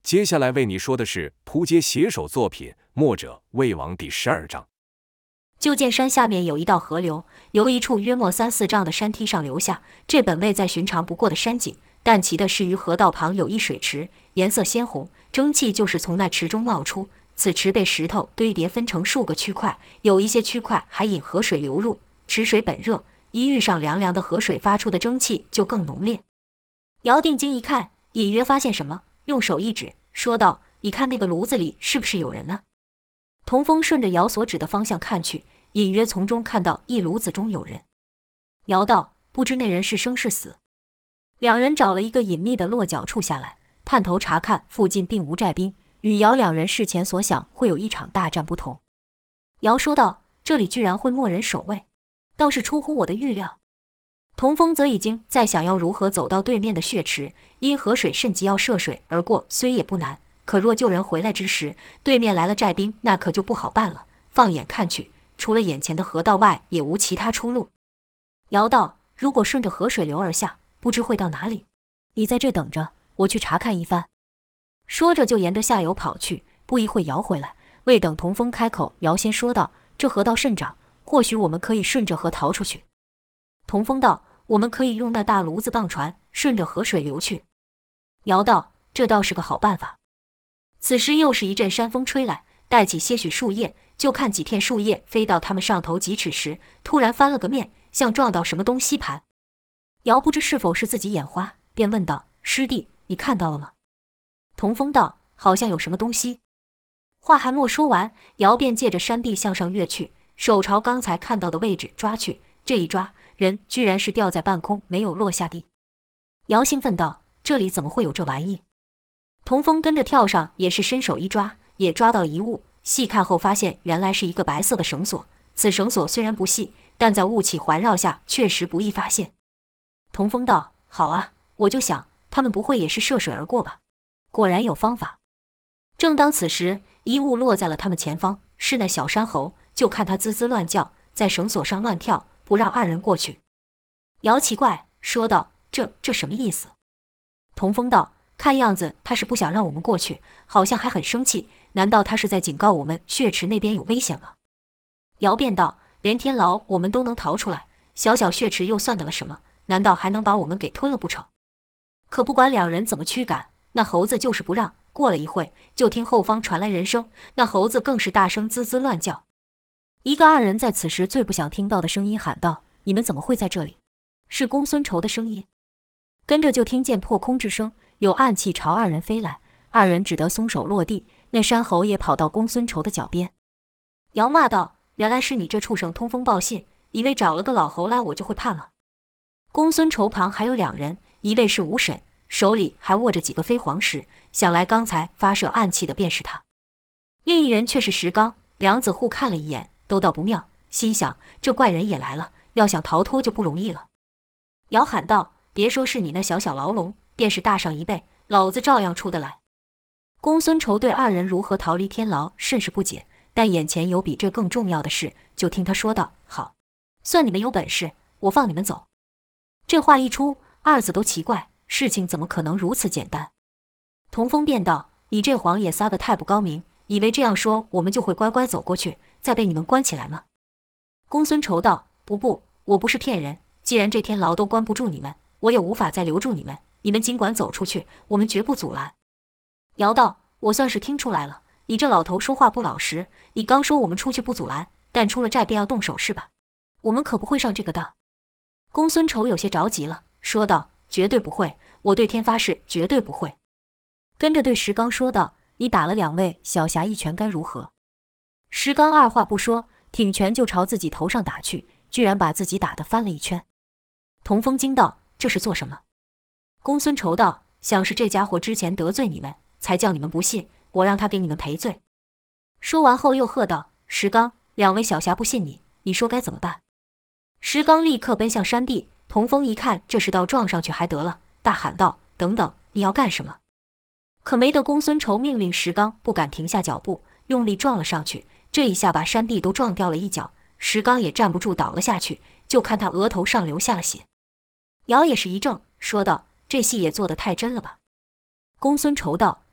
接下来为你说的是扑街写手作品《墨者魏王》第12章。 就见山下面有一道河流，由一处约莫3-4丈的山梯上流下。这本为再寻常不过的山景，但奇的是于河道旁有一水池，颜色鲜红，蒸汽就是从那池中冒出。此池被石头堆叠分成数个区块，有一些区块还引河水流入。池水本热，一遇上凉凉的河水，发出的蒸汽就更浓烈。姚定睛一看，隐约发现什么，用手一指，说道：“你看那个炉子里是不是有人呢？”童风顺着姚所指的方向看去，隐约从中看到一炉子中有人。姚道：“不知那人是生是死。”两人找了一个隐秘的落脚处下来，探头查看，附近并无寨兵，与姚两人事前所想会有一场大战不同。姚说道：“这里居然会没人守卫，倒是出乎我的预料。”童风则已经在想要如何走到对面的血池，因河水甚急要涉水而过，虽也不难，可若救人回来之时，对面来了寨兵，那可就不好办了。放眼看去，除了眼前的河道外，也无其他出路。姚道：“如果顺着河水流而下，不知会到哪里。你在这等着，我去查看一番。”说着就沿着下游跑去。不一会，姚回来，未等童风开口，姚先说道：“这河道甚长，或许我们可以顺着河逃出去。”童风道：“我们可以用那大炉子当船，顺着河水流去。”姚道：“这倒是个好办法。”此时又是一阵山风吹来，带起些许树叶，就看几片树叶飞到他们上头几尺时，突然翻了个面，像撞到什么东西盘。姚不知是否是自己眼花，便问道：“师弟，你看到了吗？”童风道：“好像有什么东西。”话还没说完，姚便借着山地向上跃去，手朝刚才看到的位置抓去。这一抓，人居然是掉在半空，没有落下地。姚兴奋道：“这里怎么会有这玩意？”童风跟着跳上，也是伸手一抓，也抓到一物。细看后发现，原来是一个白色的绳索。此绳索虽然不细，但在雾气环绕下，确实不易发现。童风道：“好啊，我就想他们不会也是涉水而过吧？果然有方法。”正当此时，一物落在了他们前方，是那小山猴。就看他滋滋乱叫，在绳索上乱跳，不让二人过去。姚奇怪，说道：“这什么意思？”童风道：“看样子他是不想让我们过去，好像还很生气。难道他是在警告我们血池那边有危险了？”姚便道：“连天牢我们都能逃出来，小小血池又算得了什么？难道还能把我们给吞了不成？”可不管两人怎么驱赶，那猴子就是不让。过了一会，就听后方传来人声，那猴子更是大声滋滋乱叫。一个二人在此时最不想听到的声音喊道：“你们怎么会在这里？”是公孙仇的声音。跟着就听见破空之声，有暗器朝二人飞来，二人只得松手落地。那山猴也跑到公孙仇的脚边。姚骂道：“原来是你这畜生通风报信，以为找了个老猴来我就会怕了。”公孙仇旁还有两人，一位是吴婶，手里还握着几个飞黄石，想来刚才发射暗器的便是他。另一人却是石刚，梁子互看了一眼，都道不妙，心想这怪人也来了，要想逃脱就不容易了。姚喊道：“别说是你那小小牢笼，便是大上一倍，老子照样出得来。”公孙仇对二人如何逃离天牢甚是不解，但眼前有比这更重要的事，就听他说道：“好，算你们有本事，我放你们走。”这话一出，二子都奇怪，事情怎么可能如此简单？童风便道：“你这谎也撒得太不高明，以为这样说我们就会乖乖走过去，再被你们关起来吗？”公孙仇道：“不，我不是骗人。既然这天牢都关不住你们，我也无法再留住你们。你们尽管走出去，我们绝不阻拦。”姚道：“我算是听出来了，你这老头说话不老实。你刚说我们出去不阻拦，但出了寨便要动手是吧？我们可不会上这个当。”公孙仇有些着急了，说道：“绝对不会，我对天发誓，绝对不会。”跟着对石刚说道：“你打了两位小侠一拳该如何？”石刚二话不说，挺拳就朝自己头上打去，居然把自己打得翻了一圈。童风惊道：“这是做什么？”公孙仇道：“想是这家伙之前得罪你们，才叫你们不信，我让他给你们赔罪。”说完后又喝道：“石刚，两位小侠不信你，你说该怎么办？”石刚立刻奔向山地，童风一看这是道撞上去还得了，大喊道：“等等，你要干什么？”可没得公孙仇命令，石刚不敢停下脚步，用力撞了上去，这一下把山地都撞掉了一角，石刚也站不住倒了下去，就看他额头上流下了血。姚也是一怔，说道：“这戏也做得太真了吧？”公孙仇道：“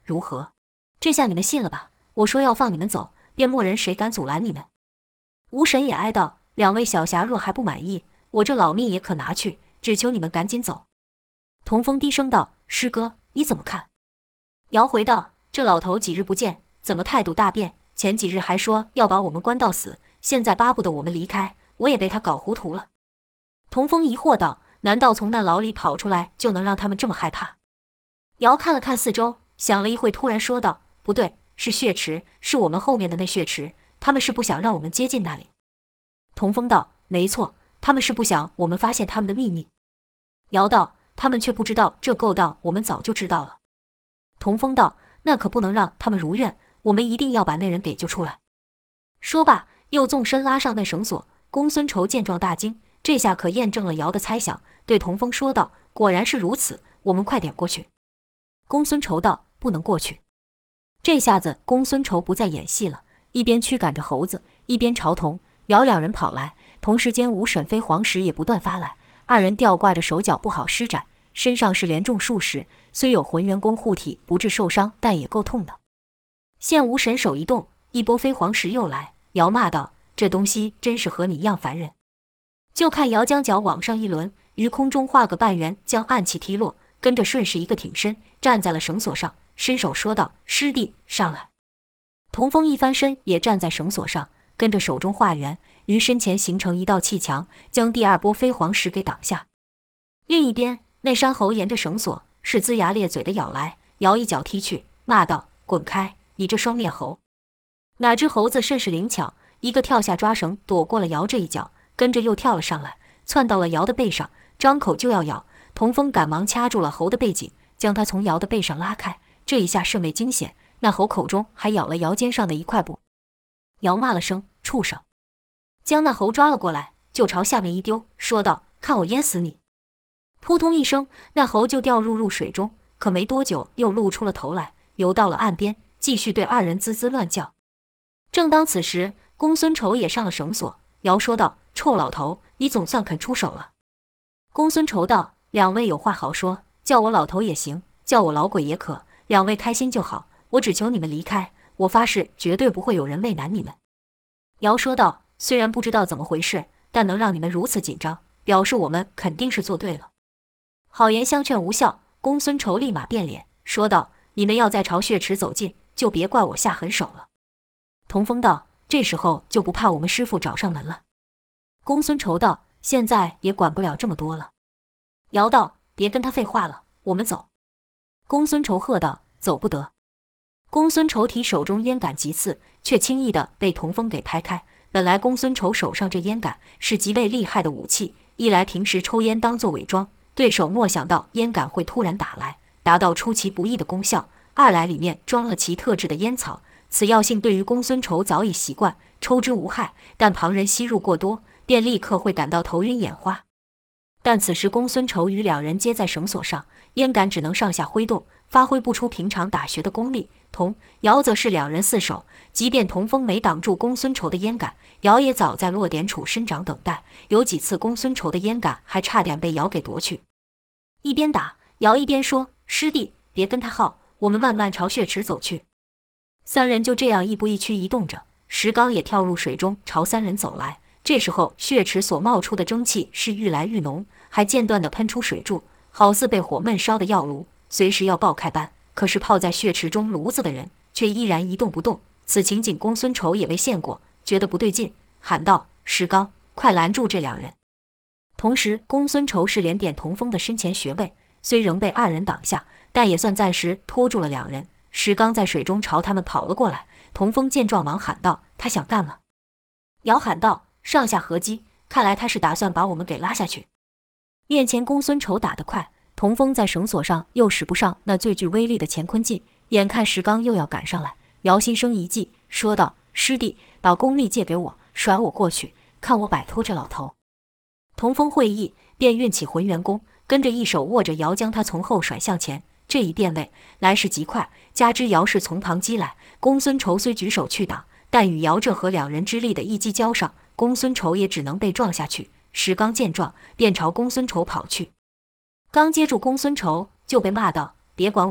如何？这下你们信了吧？我说要放你们走，便没人谁敢阻拦你们。”吴神也哀道：“两位小侠若还不满意，我这老命也可拿去，只求你们赶紧走。”童风低声道：“师哥，你怎么看？”姚回道：“这老头几日不见，怎么态度大变？前几日还说要把我们关到死，现在巴不得我们离开，我也被他搞糊涂了。”童风疑惑道：“难道从那牢里跑出来就能让他们这么害怕？”姚看了看四周，想了一会，突然说道：“不对，是血池，是我们后面的那血池，他们是不想让我们接近那里。”童风道：“没错，他们是不想我们发现他们的秘密。”姚道：“他们却不知道这勾当，我们早就知道了。”童风道：“那可不能让他们如愿，我们一定要把那人给救出来。”说罢，又纵身拉上那绳索。公孙仇见状大惊，这下可验证了姚的猜想，对童风说道：“果然是如此，我们快点过去。”公孙仇道：“不能过去。”这下子公孙仇不再演戏了，一边驱赶着猴子，一边朝童姚两人跑来。同时间，吴沈飞、黄石也不断发来，二人吊挂着手脚不好施展，身上是连中数十，虽有浑元功护体，不致受伤，但也够痛的。见吴神手一动，一波飞黄石又来，姚骂道：“这东西真是和你一样烦人。”就看姚将脚往上一轮，于空中画个半圆，将暗器踢落，跟着顺势一个挺身，站在了绳索上，伸手说道：“师弟，上来。”童风一翻身，也站在绳索上，跟着手中画圆，于身前形成一道气墙，将第二波飞黄石给挡下。另一边，那山猴沿着绳索是龇牙咧嘴的咬来，姚一脚踢去，骂道：“滚开，你这双面猴！”哪知猴子甚是灵巧，一个跳下抓绳，躲过了姚这一脚，跟着又跳了上来，窜到了姚的背上，张口就要咬。童风赶忙掐住了猴的背颈，将他从姚的背上拉开。这一下甚为惊险，那猴口中还咬了姚肩上的一块布。姚骂了声：“畜生！”将那猴抓了过来，就朝下面一丢，说道：“看我淹死你！”扑通一声，那猴就掉入水中，可没多久又露出了头来，游到了岸边，继续对二人滋滋乱叫。正当此时，公孙仇也上了绳索。姚说道：“臭老头，你总算肯出手了。”公孙仇道：“两位有话好说，叫我老头也行，叫我老鬼也可，两位开心就好，我只求你们离开，我发誓绝对不会有人为难你们。”姚说道：“虽然不知道怎么回事，但能让你们如此紧张，表示我们肯定是做对了。”好言相劝无效，公孙仇立马变脸，说道：“你们要再朝血池走近，就别怪我下狠手了。”童风道：“这时候就不怕我们师父找上门了？”公孙仇道：“现在也管不了这么多了。”姚道：“别跟他废话了，我们走。”公孙仇喝道：“走不得！”公孙仇提手中烟杆急刺，却轻易地被童风给拍开。本来公孙仇手上这烟杆是极为厉害的武器，一来平时抽烟当作伪装，对手莫想到烟杆会突然打来，达到出其不意的功效；二来里面装了其特制的烟草，此药性对于公孙仇早已习惯，抽之无害，但旁人吸入过多，便立刻会感到头晕眼花。但此时公孙仇与两人接在绳索上，烟杆只能上下挥动，发挥不出平常打穴的功力。童姚则是两人四手，即便童风没挡住公孙仇的烟杆，姚也早在落点处伸掌等待。有几次公孙仇的烟杆还差点被姚给夺去。一边打，姚一边说：“师弟，别跟他耗，我们慢慢朝血池走去。”三人就这样一步一趋移动着，石刚也跳入水中朝三人走来。这时候血池所冒出的蒸汽是愈来愈浓，还间断地喷出水柱，好似被火闷烧的药炉，随时要爆开般。可是泡在血池中炉子的人却依然一动不动。此情景公孙仇也未见过，觉得不对劲，喊道：“石刚，快拦住这两人！”同时公孙仇是连点童风的身前穴位，虽仍被二人挡下，但也算暂时拖住了两人。石刚在水中朝他们跑了过来，童风见状忙喊道：“他想干了！”姚喊道：“上下合击，看来他是打算把我们给拉下去。”面前公孙仇打得快，童风在绳索上又使不上那最具威力的乾坤劲，眼看石刚又要赶上来，姚心生一计，说道：“师弟，把功力借给我，甩我过去，看我摆脱这老头。”童风会意，便运起浑元功，跟着一手握着姚，将他从后甩向前。这一变位来势极快，加之姚是从旁击来，公孙仇虽举手去挡，但与姚这和两人之力的一击交上，公孙仇也只能被撞下去。石刚见状，便朝公孙仇跑去。刚接住公孙仇，就被骂道：“别管我，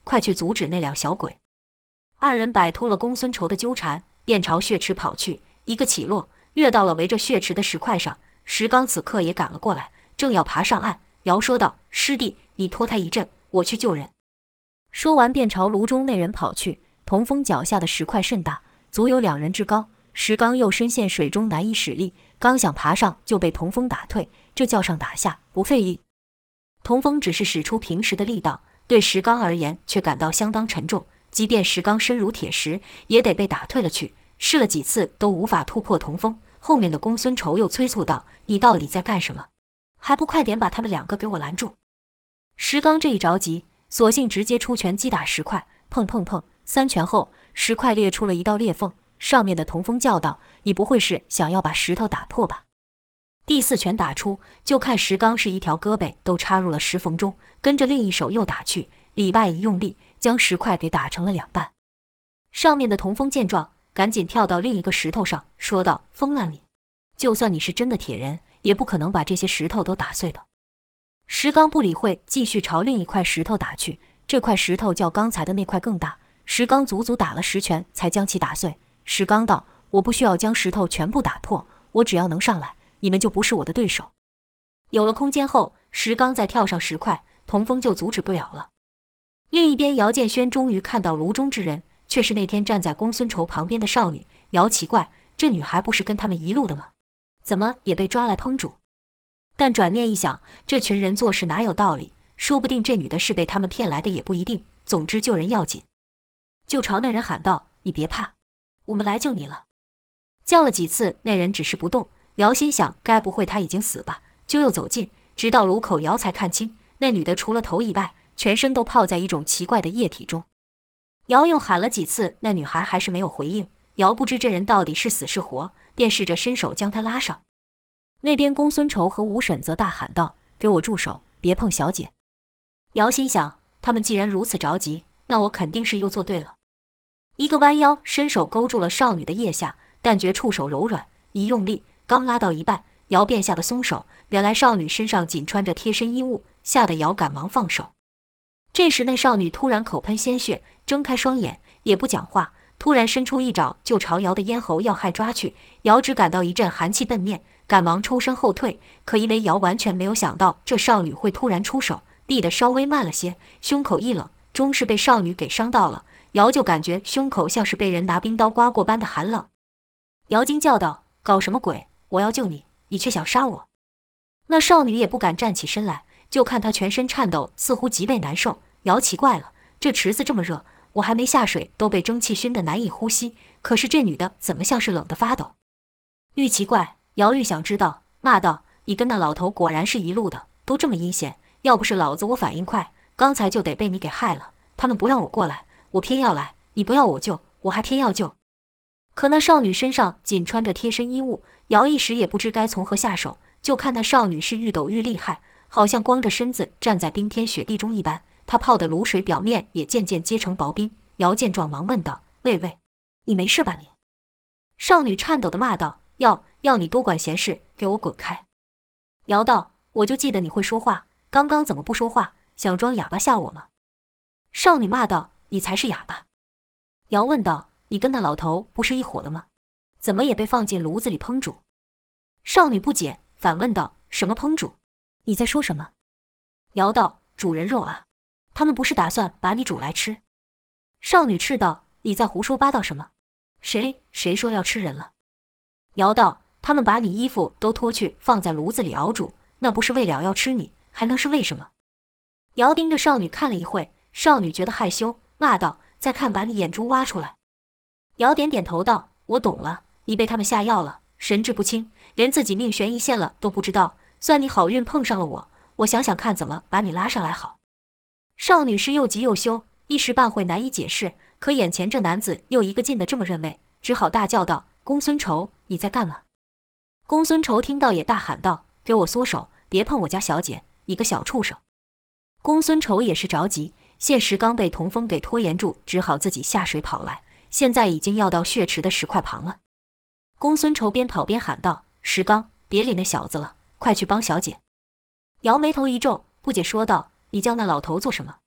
快去阻止那两小鬼！”二人摆脱了公孙仇的纠缠，便朝血池跑去。一个起落，跃到了围着血池的石块上。石刚此刻也赶了过来，正要爬上岸。姚说道：“师弟，你拖他一阵，我去救人。”说完便朝炉中那人跑去。童风脚下的石块甚大，足有2人之高。石刚又深陷水中，难以使力，刚想爬上，就被童风打退。这叫上打下，不费力。童风只是使出平时的力道，对石刚而言却感到相当沉重。即便石刚身如铁石，也得被打退了去。试了几次都无法突破童风。后面的公孙仇又催促道：“你到底在干什么？还不快点把他们2个给我拦住！”石刚这一着急，索性直接出拳击打石块，砰砰砰，3拳后，石块裂出了一道裂缝。上面的童风叫道：“你不会是想要把石头打破吧？”第4拳打出，就看石刚是一条胳膊都插入了石缝中，跟着另一手又打去，里外一用力，将石块给打成了2半。上面的童风见状，赶紧跳到另一个石头上，说道：“疯了你！就算你是真的铁人，也不可能把这些石头都打碎的。”石刚不理会，继续朝另一块石头打去。这块石头较刚才的那块更大，石刚足足打了10拳才将其打碎。石刚道：“我不需要将石头全部打破，我只要能上来，你们就不是我的对手。”有了空间后，石刚再跳上石块，童风就阻止不了了。另一边，姚建轩终于看到炉中之人，却是那天站在公孙仇旁边的少女。姚奇怪，这女孩不是跟他们一路的吗？怎么也被抓来烹煮？但转念一想，这群人做事哪有道理？说不定这女的是被他们骗来的，也不一定。总之救人要紧，就朝那人喊道：“你别怕，我们来救你了。”叫了几次，那人只是不动。姚心想，该不会他已经死吧？就又走近，直到炉口，姚才看清，那女的除了头以外，全身都泡在一种奇怪的液体中。姚又喊了几次，那女孩还是没有回应。姚不知这人到底是死是活，便试着伸手将她拉上。那边公孙仇和吴婶则大喊道：“给我住手，别碰小姐！”姚心想，他们既然如此着急，那我肯定是又做对了。一个弯腰，伸手勾住了少女的腋下，但觉触手柔软，一用力，刚拉到一半，姚便吓得松手。原来少女身上仅穿着贴身衣物，吓得姚赶忙放手。这时那少女突然口喷鲜血，睁开双眼，也不讲话，突然伸出一爪就朝姚的咽喉要害抓去。姚只感到一阵寒气奔面，赶忙抽身后退。可因为姚完全没有想到这少女会突然出手，立得稍微慢了些，胸口一冷，终是被少女给伤到了。姚就感觉胸口像是被人拿冰刀刮过般的寒冷。姚惊叫道：“搞什么鬼？我要救你，你却想杀我！”那少女也不敢站起身来，就看她全身颤抖，似乎极为难受。姚奇怪了，这池子这么热，我还没下水都被蒸汽熏得难以呼吸，可是这女的怎么像是冷得发抖？愈奇怪，姚愈想知道，骂道：“你跟那老头果然是一路的，都这么阴险！要不是老子我反应快，刚才就得被你给害了。他们不让我过来，我偏要来，你不要我救，我还偏要救。”可那少女身上仅穿着贴身衣物，姚一时也不知该从何下手。就看那少女是愈抖愈厉害，好像光着身子站在冰天雪地中一般。她泡的卤水表面也渐渐结成薄冰。姚见状忙问道：“喂喂，你没事吧你？”少女颤抖地骂道：“要你多管闲事，给我滚开！”姚道：“我就记得你会说话，刚刚怎么不说话？想装哑巴吓我吗？”少女骂道：“你才是哑巴！”姚问道：“你跟那老头不是一伙的吗？怎么也被放进炉子里烹煮？”少女不解，反问道：“什么烹煮？你在说什么？”姚道：“煮人肉啊！他们不是打算把你煮来吃？”少女斥道：“你在胡说八道什么？谁说要吃人了？”姚道：“他们把你衣服都脱去，放在炉子里熬煮，那不是为了要吃你，还能是为什么？”姚盯着少女看了一会，少女觉得害羞，骂道：“再看把你眼珠挖出来！”姚点点头道：“我懂了，你被他们下药了，神志不清，连自己命悬一线了都不知道。算你好运碰上了我，我想想看怎么把你拉上来好。”少女是又急又羞，一时半会难以解释，可眼前这男子又一个劲的这么认为，只好大叫道：“公孙仇，你在干嘛？”公孙仇听到也大喊道：“给我缩手，别碰我家小姐，你个小畜生！”公孙仇也是着急，现实刚被童风给拖延住，只好自己下水跑来，现在已经要到血池的石块旁了。公孙仇边跑边喊道：“石刚，别理那小子了，快去帮小姐！”姚眉头一皱，不解说道：“你叫那老头做什么？”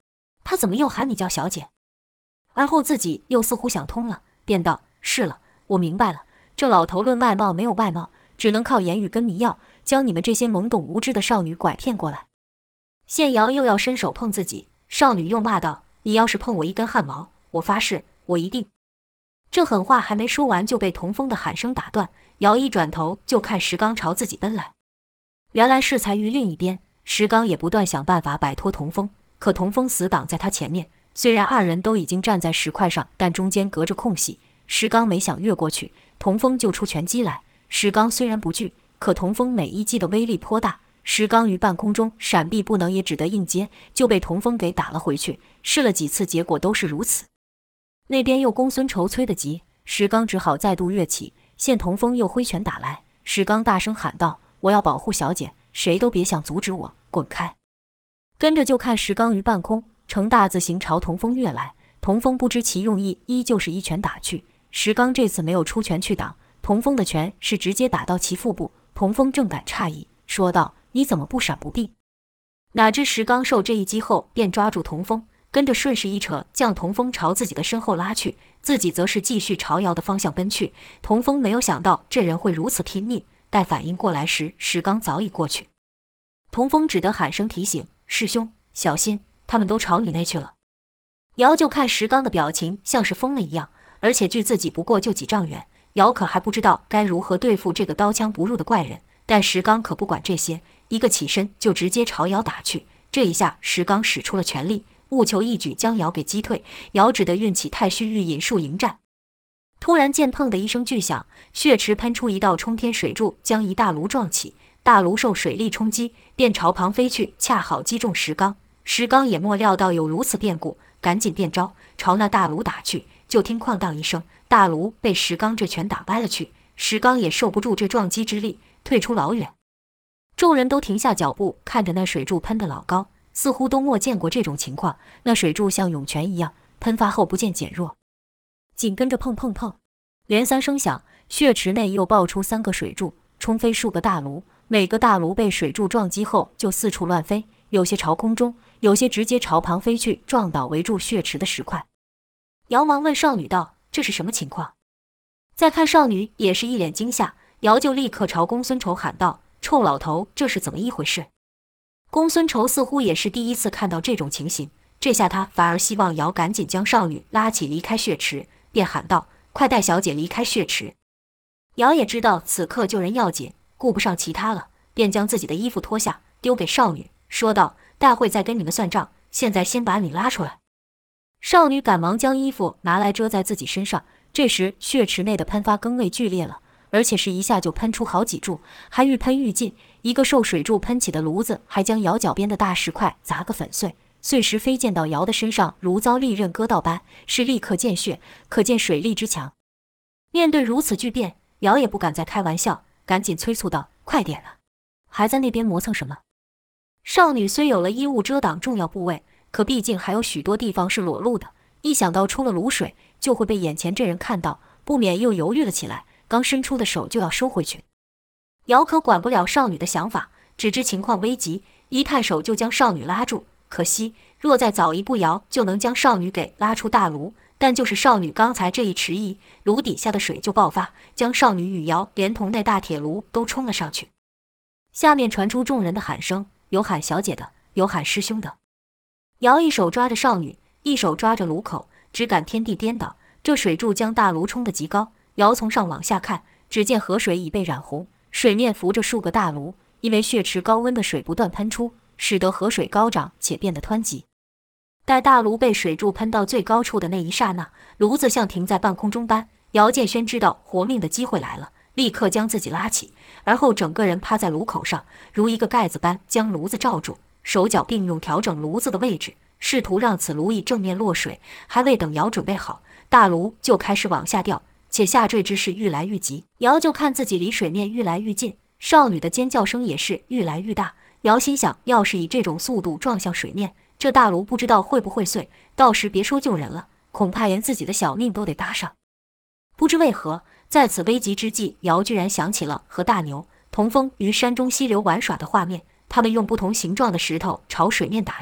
他怎么又喊你叫小姐？而后自己又似乎想通了，便道：是了，我明白了，这老头论外貌没有外貌，只能靠言语跟迷药，将你们这些懵懂无知的少女拐骗过来。现瑶又要伸手碰自己，少女又骂道：你要是碰我一根汗毛，我发誓，我一定……这狠话还没说完，就被童风的喊声打断。瑶一转头就看石刚朝自己奔来。原来适才于另一边，石刚也不断想办法摆脱童风，可童风死挡在他前面。虽然二人都已经站在石块上，但中间隔着空隙，石刚没想越过去，童风就出拳击来。石刚虽然不惧，可童风每一击的威力颇大，石刚于半空中闪避不能，也只得硬接，就被童风给打了回去。试了几次，结果都是如此。那边又公孙仇催得急，石刚只好再度跃起，见童风又挥拳打来，石刚大声喊道：我要保护小姐，谁都别想阻止我，滚开！跟着就看石刚于半空呈大字形朝童风跃来，童风不知其用意，依旧是一拳打去。石刚这次没有出拳去挡，童风的拳是直接打到其腹部。童风正感诧异，说道：你怎么不闪不避？哪知石刚受这一击后，便抓住童风，跟着顺势一扯，将童风朝自己的身后拉去，自己则是继续朝瑶的方向奔去。童风没有想到这人会如此拼命，待反应过来时，石刚早已过去。童风只得喊声提醒：师兄小心，他们都朝你那去了。瑶就看石刚的表情像是疯了一样，而且距自己不过就几丈远，瑶可还不知道该如何对付这个刀枪不入的怪人。但石刚可不管这些，一个起身就直接朝瑶打去。这一下石刚使出了全力，务求一举将瑶给击退。瑶只得运起太虚御引术迎战。突然见砰的一声巨响，血池喷出一道冲天水柱，将一大炉撞起。大炉受水力冲击，便朝旁飞去，恰好击中石刚。石刚也莫料到有如此变故，赶紧变招，朝那大炉打去。就听哐当一声，大炉被石刚这拳打歪了去。石刚也受不住这撞击之力，退出老远。众人都停下脚步，看着那水柱喷得老高，似乎都没见过这种情况。那水柱像涌泉一样，喷发后不见减弱。紧跟着砰砰砰，连三声响，血池内又爆出3个水柱，冲飞数个大炉。每个大炉被水柱撞击后就四处乱飞，有些朝空中，有些直接朝旁飞去，撞倒围住血池的石块。瑶忙问少女道：这是什么情况？再看少女也是一脸惊吓，瑶就立刻朝公孙仇喊道：臭老头，这是怎么一回事？公孙仇似乎也是第一次看到这种情形，这下他反而希望瑶赶紧将少女拉起离开血池，便喊道：快带小姐离开血池。瑶也知道此刻救人要紧，顾不上其他了，便将自己的衣服脱下丢给少女，说道：待会再跟你们算账，现在先把你拉出来。少女赶忙将衣服拿来遮在自己身上。这时血池内的喷发更为剧烈了，而且是一下就喷出好几柱，还愈喷愈近。一个受水柱喷起的炉子还将瑶脚边的大石块砸个粉碎，碎石飞溅到瑶的身上，如遭利刃割到般，是立刻见血，可见水力之强。面对如此巨变，瑶也不敢再开玩笑，赶紧催促道：快点啊，还在那边磨蹭什么？少女虽有了衣物遮挡重要部位，可毕竟还有许多地方是裸露的，一想到出了卤水就会被眼前这人看到，不免又犹豫了起来，刚伸出的手就要收回去。瑶可管不了少女的想法，只知情况危急，一探手就将少女拉住。可惜若再早一步，瑶就能将少女给拉出大炉，但就是少女刚才这一迟疑，炉底下的水就爆发，将少女与瑶连同那大铁炉都冲了上去。下面传出众人的喊声，有喊小姐的，有喊师兄的。瑶一手抓着少女，一手抓着炉口，只感天地颠倒。这水柱将大炉冲得极高，瑶从上往下看，只见河水已被染红，水面浮着数个大炉，因为血池高温的水不断喷出，使得河水高涨且变得湍急。待大炉被水柱喷到最高处的那一刹那，炉子像停在半空中般。姚建轩知道活命的机会来了，立刻将自己拉起，而后整个人趴在炉口上，如一个盖子般将炉子罩住，手脚并用调整炉子的位置，试图让此炉以正面落水。还未等姚准备好，大炉就开始往下掉，且下坠之势愈来愈急。姚就看自己离水面愈来愈近，少女的尖叫声也是愈来愈大。姚心想，要是以这种速度撞向水面，这大炉不知道会不会碎，到时别说救人了，恐怕连自己的小命都得搭上。不知为何，在此危急之际，姚居然想起了和大牛、童风于山中溪流玩耍的画面。他们用不同形状的石头朝水面打去，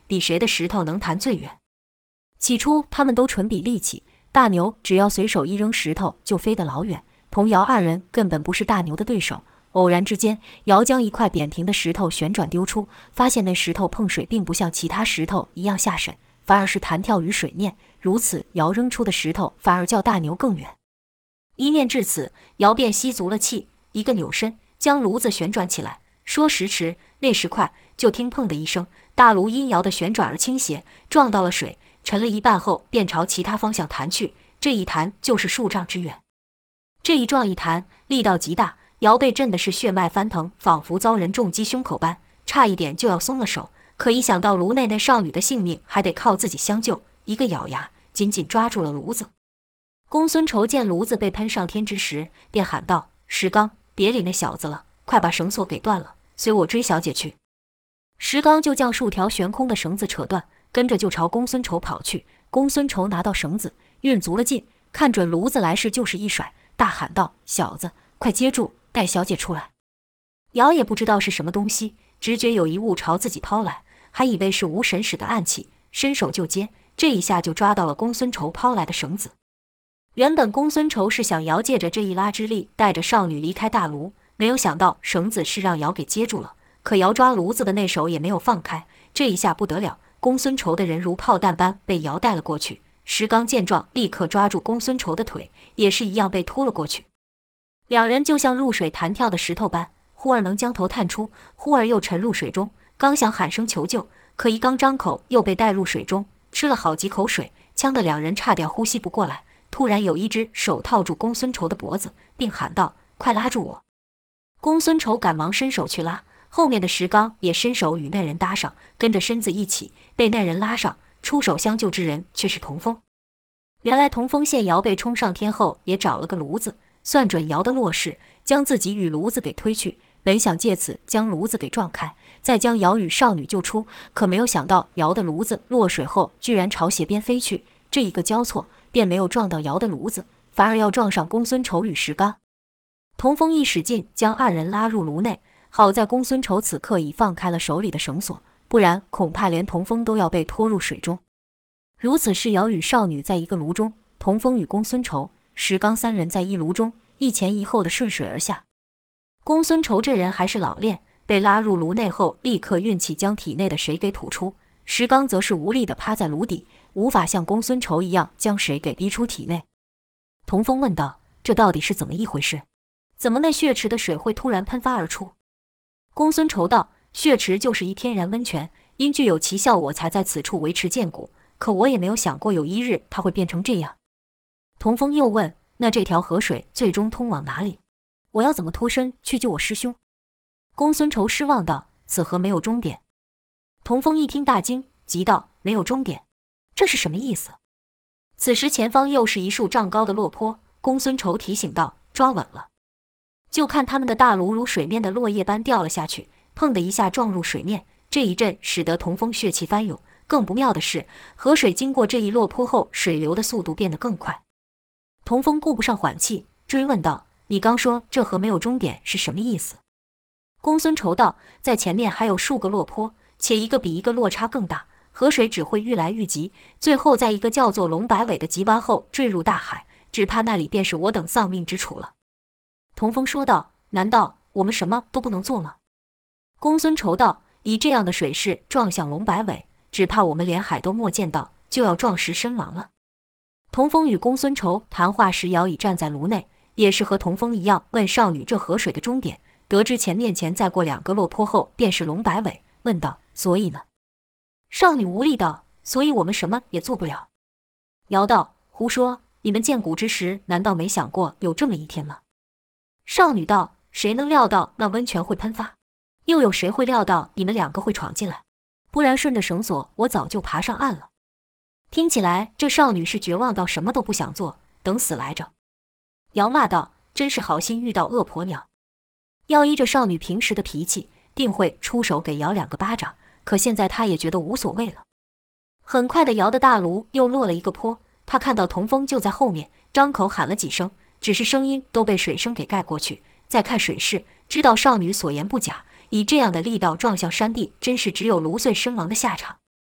比谁的石头能弹最远。起初他们都纯比力气，大牛只要随手一扔石头就飞得老远，童瑶二人根本不是大牛的对手。偶然之间，瑶将一块扁平的石头旋转丢出，发现那石头碰水并不像其他石头一样下沈，反而是弹跳于水面，如此瑶扔出的石头反而较大牛更远。一念至此，瑶便吸足了气，一个扭身将炉子旋转起来。说时迟，那时快，就听砰的一声，大炉因瑶的旋转而倾斜，撞到了水，沉了一半后便朝其他方向弹去，这一弹就是数丈之远。这一撞一弹，力道极大，瑶被震的是血脉翻腾，仿佛遭人重击胸口般，差一点就要松了手。可一想到炉内那少女的性命还得靠自己相救，一个咬牙，紧紧抓住了炉子。公孙仇见炉子被喷上天之时，便喊道：“石刚，别理那小子了，快把绳索给断了，随我追小姐去。”石刚就将数条悬空的绳子扯断，跟着就朝公孙仇跑去。公孙仇拿到绳子，运足了劲，看准炉子来势就是一甩，大喊道：“小子，快接住，带小姐出来！”瑶也不知道是什么东西，直觉有一物朝自己抛来，还以为是无神使的暗器，伸手就接，这一下就抓到了公孙仇抛来的绳子。原本公孙仇是想瑶借着这一拉之力带着少女离开大炉，没有想到绳子是让瑶给接住了，可瑶抓炉子的那手也没有放开，这一下不得了，公孙仇的人如炮弹般被瑶带了过去。石刚见状，立刻抓住公孙仇的腿，也是一样被拖了过去。两人就像入水弹跳的石头般，忽而能将头探出，忽而又沉入水中，刚想喊声求救，可一刚张口又被带入水中，吃了好几口水，呛得两人差点呼吸不过来。突然有一只手套住公孙仇的脖子，并喊道：“快拉住我！”公孙仇赶忙伸手去拉，后面的石刚也伸手与那人搭上，跟着身子一起被那人拉上，出手相救之人却是童风。原来童风见瑶被冲上天后，也找了个炉子，算准瑶的落势，将自己与炉子给推去，本想借此将炉子给撞开，再将瑶与少女救出，可没有想到瑶的炉子落水后居然朝斜边飞去，这一个交错便没有撞到瑶的炉子，反而要撞上公孙仇与石刚。童风一使劲将二人拉入炉内，好在公孙仇此刻已放开了手里的绳索，不然恐怕连童风都要被拖入水中。如此是瑶与少女在一个炉中，童风与公孙仇、石刚三人在一炉中，一前一后的顺水而下。公孙仇这人还是老练，被拉入炉内后立刻运气将体内的水给吐出，石刚则是无力地趴在炉底，无法像公孙仇一样将水给逼出体内。童风问道：“这到底是怎么一回事？怎么那血池的水会突然喷发而出？”公孙仇道：“血池就是一天然温泉，因具有其效，我才在此处维持建谷。可我也没有想过有一日它会变成这样。”童风又问：“那这条河水最终通往哪里？我要怎么脱身去救我师兄？”公孙仇失望道：“此河没有终点。”童风一听大惊，急道：“没有终点？这是什么意思？”此时前方又是一数丈高的落坡，公孙仇提醒道：“抓稳了！”就看他们的大炉如水面的落叶般掉了下去，砰的一下撞入水面，这一震使得童风血气翻涌。更不妙的是，河水经过这一落坡后，水流的速度变得更快。童风顾不上缓气，追问道：“你刚说这河没有终点是什么意思？”公孙仇道：“在前面还有数个落坡，且一个比一个落差更大，河水只会愈来愈急，最后在一个叫做龙摆尾的急弯后坠入大海，只怕那里便是我等丧命之处了。”童风说道：“难道我们什么都不能做吗？”公孙仇道：“以这样的水势撞向龙摆尾，只怕我们连海都没见到，就要撞实身亡了。”童风与公孙仇谈话时，瑶已站在炉内，也是和童风一样问少女这河水的终点，得知面前再过2个落坡后便是龙摆尾，问道：“所以呢？”少女无力道：“所以我们什么也做不了。”瑶道：“胡说！你们建谷之时，难道没想过有这么一天吗？”少女道：“谁能料到那温泉会喷发？又有谁会料到你们2个会闯进来？不然顺着绳索，我早就爬上岸了。”听起来这少女是绝望到什么都不想做，等死来着。瑶骂道：“真是好心遇到恶婆娘！要依着少女平时的脾气，定会出手给瑶2个巴掌，可现在她也觉得无所谓了。”很快的，瑶的大炉又落了一个坡，她看到童风就在后面，张口喊了几声，只是声音都被水声给盖过去。再看水势，知道少女所言不假，以这样的力道撞向山地，真是只有炉碎身亡的下场。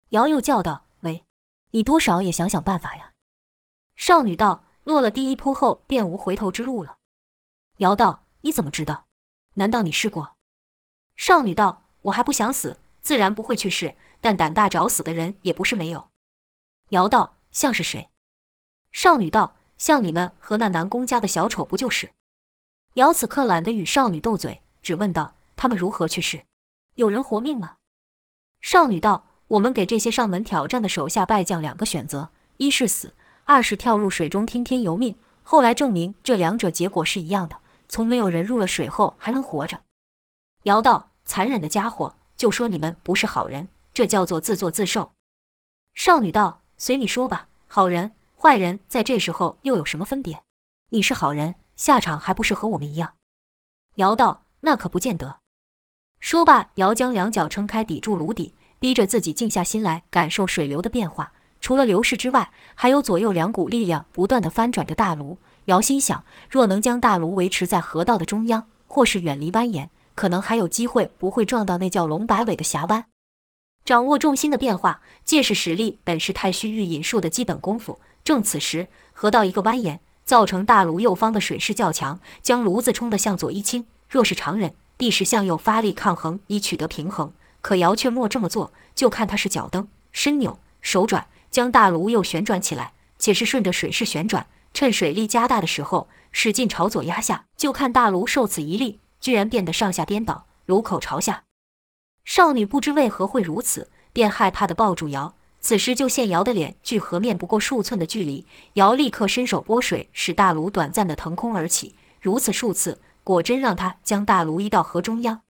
瑶又叫道：“喂，你多少也想想办法呀！”少女道：“落了第一扑后，便无回头之路了。”瑶道：“你怎么知道？难道你试过？”少女道：“我还不想死，自然不会去试，但胆大找死的人也不是没有。”瑶道：“像是谁？”少女道：“像你们和那南宫家的小丑不就是？”瑶此刻懒得与少女斗嘴，只问道：“他们如何去世？有人活命吗？”少女道：“我们给这些上门挑战的手下败将2个选择，一是死，二是跳入水中听天由命。后来证明这2者结果是一样的，从没有人入了水后还能活着。”瑶道：“残忍的家伙，就说你们不是好人，这叫做自作自受。”少女道：“随你说吧，好人坏人在这时候又有什么分别？你是好人，下场还不是和我们一样？”瑶道：“那可不见得。”说罢，瑶将2脚撑开抵住炉底，逼着自己静下心来感受水流的变化。除了流逝之外，还有左右2股力量不断地翻转着大炉。瑶心想，若能将大炉维持在河道的中央，或是远离蜿蜒，可能还有机会不会撞到那叫龙摆尾的峡湾。掌握重心的变化，借势使力，本是太虚御引术的基本功夫。正此时，河道一个蜿蜒，造成大炉右方的水势较强，将炉子冲得向左一倾。若是常人，必是向右发力抗衡，以取得平衡。可瑶却莫这么做，就看他是脚蹬、伸扭、手转，将大炉又旋转起来，且是顺着水势旋转。趁水力加大的时候，使劲朝左压下，就看大炉受此一力，居然变得上下颠倒，炉口朝下。少女不知为何会如此，便害怕地抱住瑶。此时就见瑶的脸距河面不过数寸的距离，瑶立刻伸手拨水，使大炉短暂地腾空而起。如此数次，果真让他将大炉移到河中央。